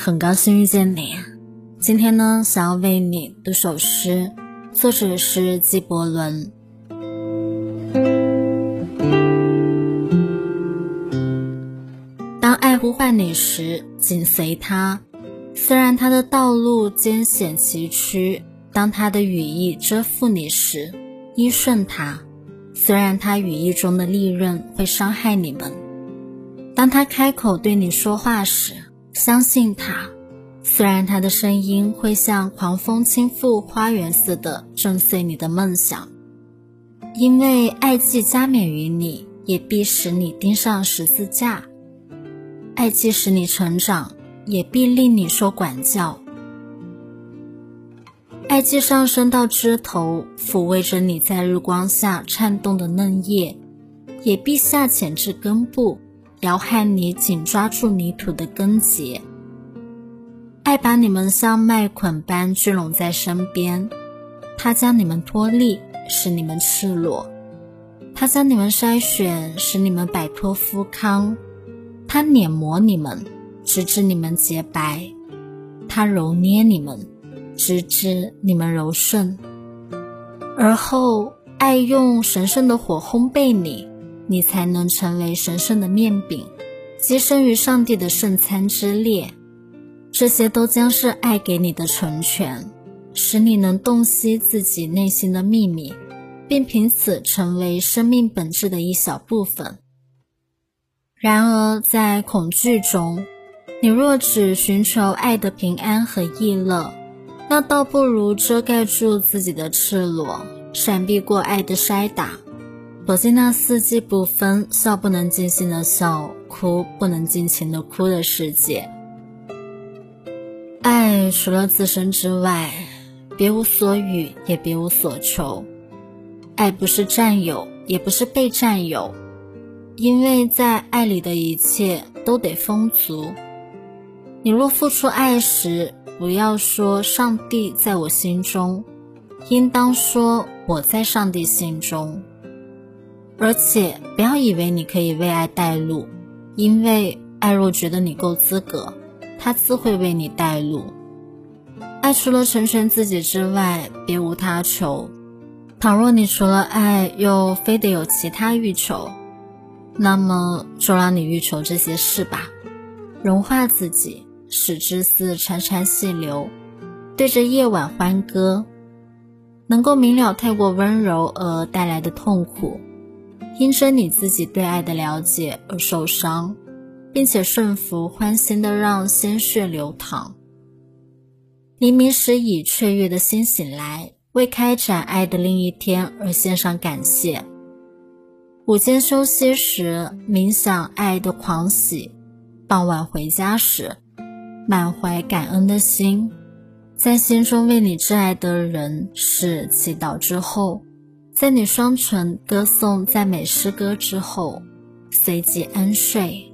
很高兴遇见你。今天呢，想要为你读首诗，作者是纪伯伦。当爱呼唤你时，紧随他，虽然他的道路艰险崎岖；当他的羽翼遮覆你时，依顺他，虽然他羽翼中的利刃会伤害你们。当他开口对你说话时，相信他，虽然他的声音会像狂风倾覆花园似的震碎你的梦想。因为爱既加冕于你，也必使你钉上十字架；爱既使你成长，也必令你受管教；爱既上升到枝头，抚慰着你在日光下颤动的嫩叶，也必下潜至根部，摇撼你紧抓住泥土的根节。爱把你们像麦捆般聚拢在身边，他将你们脱力，使你们赤裸；他将你们筛选，使你们摆脱肤糠；他碾磨你们，直至你们洁白；他揉捏你们，直至你们柔顺。而后爱用神圣的火烘焙你，你才能成为神圣的面饼，跻身于上帝的圣餐之列。这些都将是爱给你的成全，使你能洞悉自己内心的秘密，并凭此成为生命本质的一小部分。然而在恐惧中，你若只寻求爱的平安和逸乐，那倒不如遮盖住自己的赤裸，闪避过爱的筛打，躲进那四季不分、笑不能尽兴的笑、哭不能尽情的哭的世界。爱除了自身之外，别无所与，也别无所求。爱不是占有，也不是被占有，因为在爱里的一切都得丰足。你若付出爱时，不要说上帝在我心中，应当说我在上帝心中。而且不要以为你可以为爱带路，因为爱若觉得你够资格，他自会为你带路。爱除了成全自己之外，别无他求。倘若你除了爱又非得有其他欲求，那么就让你欲求这些事吧，融化自己，使之似潺潺细流，对着夜晚欢歌，能够明了太过温柔而带来的痛苦，因着你自己对爱的了解而受伤，并且顺服欢欣地让鲜血流淌。黎明时以雀跃的心醒来，为开展爱的另一天而献上感谢。午间休息时冥想爱的狂喜，傍晚回家时满怀感恩的心，在心中为你挚爱的人是祈祷之后，在你双唇歌颂赞美诗歌之后，随即安睡。